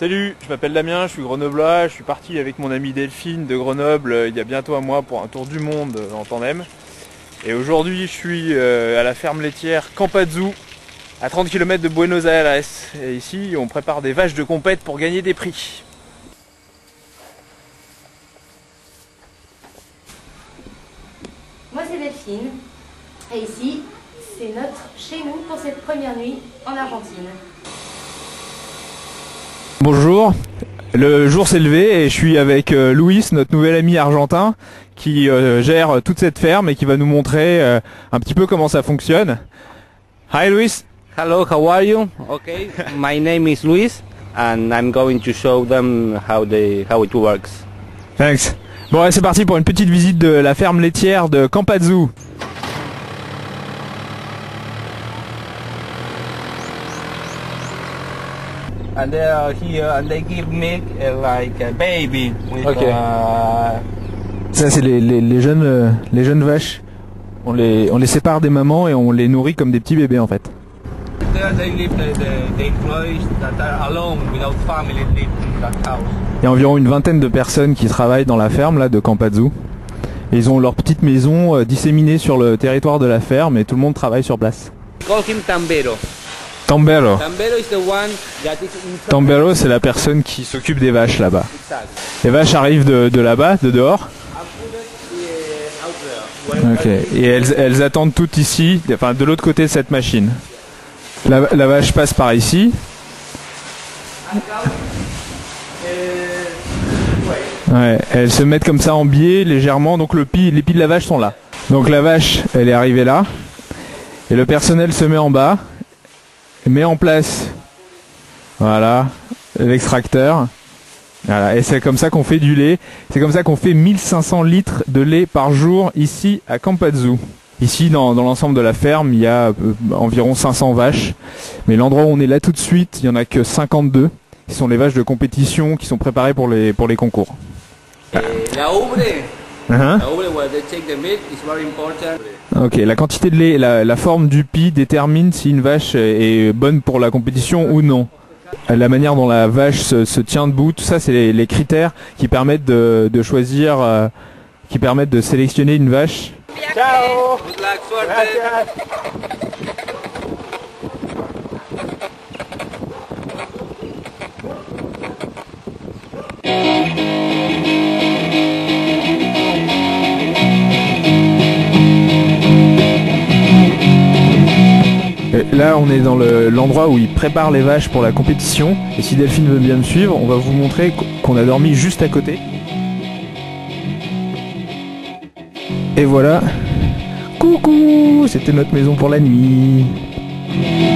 Salut, je m'appelle Damien, je suis grenoblois, je suis parti avec mon amie Delphine de Grenoble il y a bientôt un mois pour un tour du monde en tandem. Et aujourd'hui je suis à la ferme laitière Campazzo, à 30 km de Buenos Aires. Et ici on prépare des vaches de compète pour gagner des prix. Moi c'est Delphine, et ici c'est notre chez nous pour cette première nuit en Argentine. Bonjour, le jour s'est levé et je suis avec Luis, notre nouvel ami argentin, qui gère toute cette ferme et qui va nous montrer un petit peu comment ça fonctionne. Hi Luis. Hello, how are you? Okay, my name is Luis and I'm going to show them how it works. Thanks. Bon, c'est parti pour une petite visite de la ferme laitière de Campazzo. And they are here and they give milk like a baby. With, Okay. Ça c'est les jeunes vaches. On les sépare des mamans et on les nourrit comme des petits bébés en fait. There they live the employees that are alone without family live in that house. Il y a environ une vingtaine de personnes qui travaillent dans la ferme là de Campazzo. Et ils ont leur petite maison disséminée sur le territoire de la ferme et tout le monde travaille sur place. We call him Tambero. Tambero. Tambero is the one that is in charge. Tambero, c'est la personne qui s'occupe des vaches là-bas. Exactly. Les vaches arrivent de là-bas, de dehors. I put it out there. Ok. Et elles attendent toutes ici, enfin de l'autre côté de cette machine. La vache passe par ici. Ouais, elles se mettent comme ça en biais légèrement, donc les pieds de la vache sont là. Donc la vache, elle est arrivée là. Et le personnel se met en bas. Met en place, voilà, l'extracteur. Voilà, et c'est comme ça qu'on fait du lait. C'est comme ça qu'on fait 1500 litres de lait par jour ici à Campazzo. Ici, dans l'ensemble de la ferme, il y a environ 500 vaches. Mais l'endroit où on est là tout de suite, il n'y en a que 52. Ce sont les vaches de compétition qui sont préparées pour les concours. La ubre. Hein? La ubre where they take the milk is very important. Ok, la quantité de lait, la forme du pis détermine si une vache est bonne pour la compétition ou non. La manière dont la vache se tient debout, tout ça c'est les critères qui permettent de choisir, qui permettent de sélectionner une vache. Ciao. Good luck, suerte. Là on est dans l'endroit où ils préparent les vaches pour la compétition. Et si Delphine veut bien me suivre, on va vous montrer qu'on a dormi juste à côté. Et voilà. Coucou, c'était notre maison pour la nuit.